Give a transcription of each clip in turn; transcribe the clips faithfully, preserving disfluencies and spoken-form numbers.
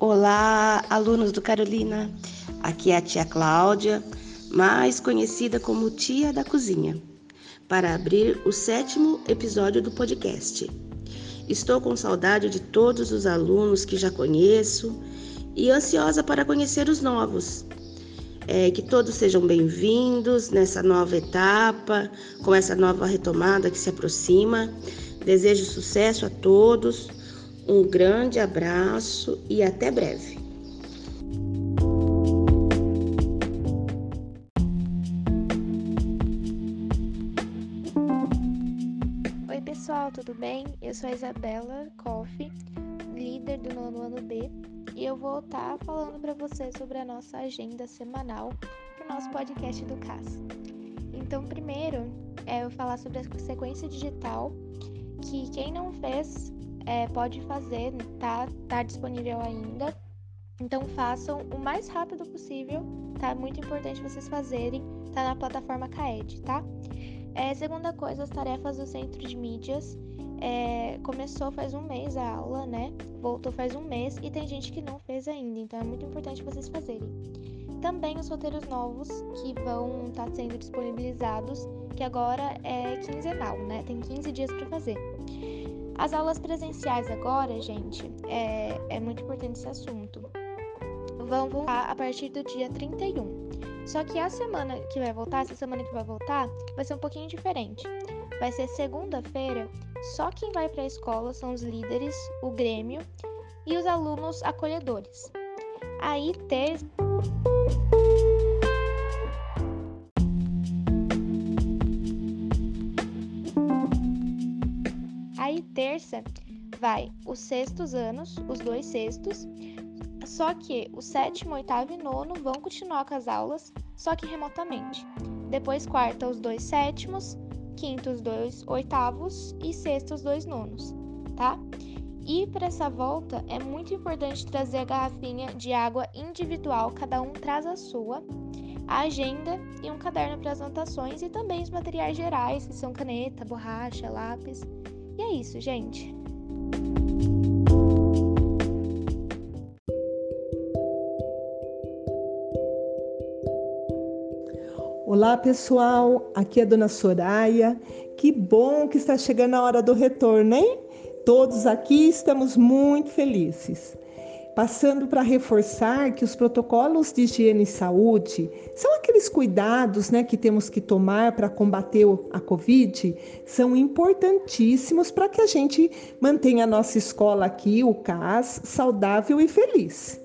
Olá, alunos do Carolina. Aqui é a tia Cláudia, mais conhecida como Tia da Cozinha, para abrir o sétimo episódio do podcast. Estou com saudade de todos os alunos que já conheço e ansiosa para conhecer os novos. É, que todos sejam bem-vindos nessa nova etapa, com essa nova retomada que se aproxima. Desejo sucesso a todos, um grande abraço e até breve. Oi pessoal, tudo bem? Eu sou a Isabela Koff, líder do nono ano B, e eu vou estar falando para vocês sobre a nossa agenda semanal do nosso podcast do C A S. Então, primeiro, é eu falar sobre a sequência digital, que quem não fez é, pode fazer, tá, tá disponível ainda. Então, façam o mais rápido possível, tá? É muito importante vocês fazerem, tá na plataforma CAED, tá? É, segunda coisa, as tarefas do Centro de Mídias. É, começou faz um mês a aula, né? Voltou faz um mês e tem gente que não fez ainda, então é muito importante vocês fazerem. Também os roteiros novos que vão estar tá sendo disponibilizados, que agora é quinzenal, né? Tem quinze dias para fazer. As aulas presenciais agora, gente, é, é muito importante esse assunto. Vão voltar a partir do dia trinta e um. Só que a semana que vai voltar, essa semana que vai voltar, vai ser um pouquinho diferente. Vai ser segunda-feira, só quem vai para a escola são os líderes, o Grêmio e os alunos acolhedores. Aí, terça... Aí, terça, vai os sextos anos, os dois sextos, só que o sétimo, oitavo e nono vão continuar com as aulas, só que remotamente. Depois, quarta, os dois sétimos, quinto, os dois oitavos e sexto, os dois nonos, tá? E para essa volta, é muito importante trazer a garrafinha de água individual, cada um traz a sua, a agenda e um caderno para as anotações e também os materiais gerais, que são caneta, borracha, lápis. E é isso, gente. Olá pessoal, aqui é a Dona Soraya. Que bom que está chegando a hora do retorno, hein? Todos aqui estamos muito felizes. Passando para reforçar que os protocolos de higiene e saúde são aqueles cuidados, né, que temos que tomar para combater a Covid, são importantíssimos para que a gente mantenha a nossa escola aqui, o C A S, saudável e feliz.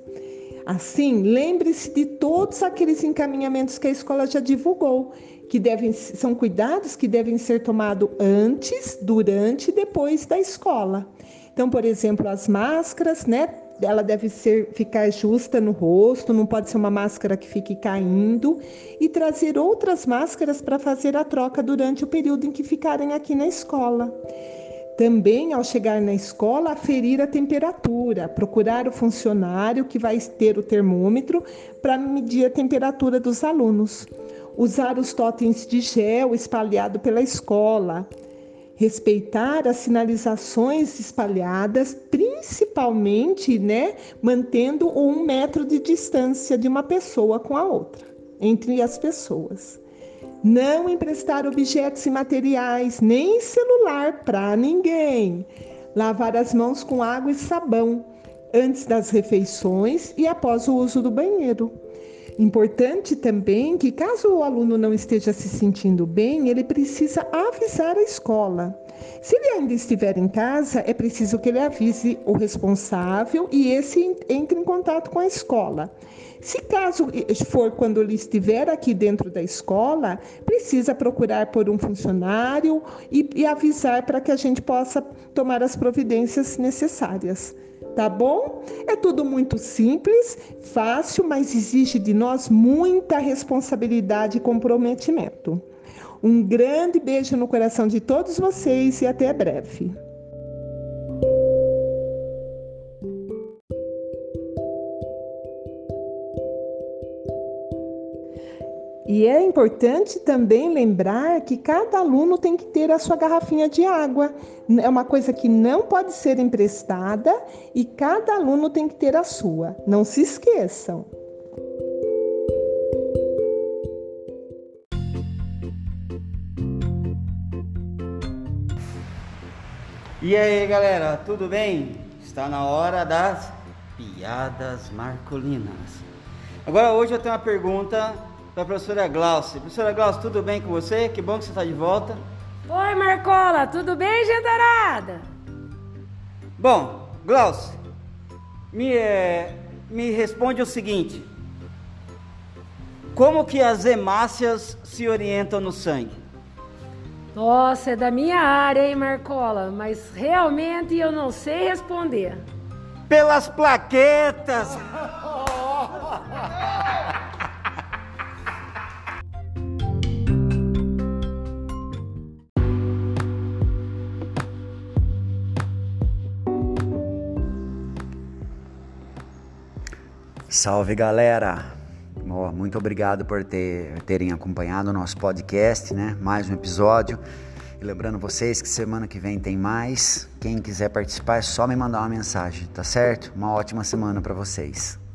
Assim, lembre-se de todos aqueles encaminhamentos que a escola já divulgou, que devem, são cuidados que devem ser tomados antes, durante e depois da escola. Então, por exemplo, as máscaras, né? Ela deve ser, ficar justa no rosto, não pode ser uma máscara que fique caindo, e trazer outras máscaras para fazer a troca durante o período em que ficarem aqui na escola. Também, ao chegar na escola, aferir a temperatura, procurar o funcionário que vai ter o termômetro para medir a temperatura dos alunos. Usar os totens de gel espalhado pela escola. Respeitar as sinalizações espalhadas, principalmente, né, mantendo um metro de distância de uma pessoa com a outra, entre as pessoas. Não emprestar objetos e materiais, nem celular para ninguém. Lavar as mãos com água e sabão antes das refeições e após o uso do banheiro. Importante também que, caso o aluno não esteja se sentindo bem, ele precisa avisar a escola. Se ele ainda estiver em casa, é preciso que ele avise o responsável e esse entre em contato com a escola. Se caso for quando ele estiver aqui dentro da escola, precisa procurar por um funcionário e, e avisar para que a gente possa tomar as providências necessárias. Tá bom? É tudo muito simples, fácil, mas exige de nós muita responsabilidade e comprometimento. Um grande beijo no coração de todos vocês e até breve. e é importante também lembrar que cada aluno tem que ter a sua garrafinha de água. É uma coisa que não pode ser emprestada e cada aluno tem que ter a sua. Não se esqueçam. E aí, galera, tudo bem? Está na hora das piadas marcolinas. Agora, hoje eu tenho uma pergunta para a professora Glauce. Professora Glauce, tudo bem com você? Que bom que você está de volta. Oi, Marcola, tudo bem, gentarada? Bom, Glauce, me, é, me responde o seguinte. Como que as hemácias se orientam no sangue? Nossa, é da minha área, hein, Marcola? Mas realmente eu não sei responder. Pelas plaquetas! Salve, galera! Oh, muito obrigado por ter, terem acompanhado o nosso podcast, né? Mais um episódio. E lembrando vocês que semana que vem tem mais. Quem quiser participar é só me mandar uma mensagem, tá certo? Uma ótima semana para vocês.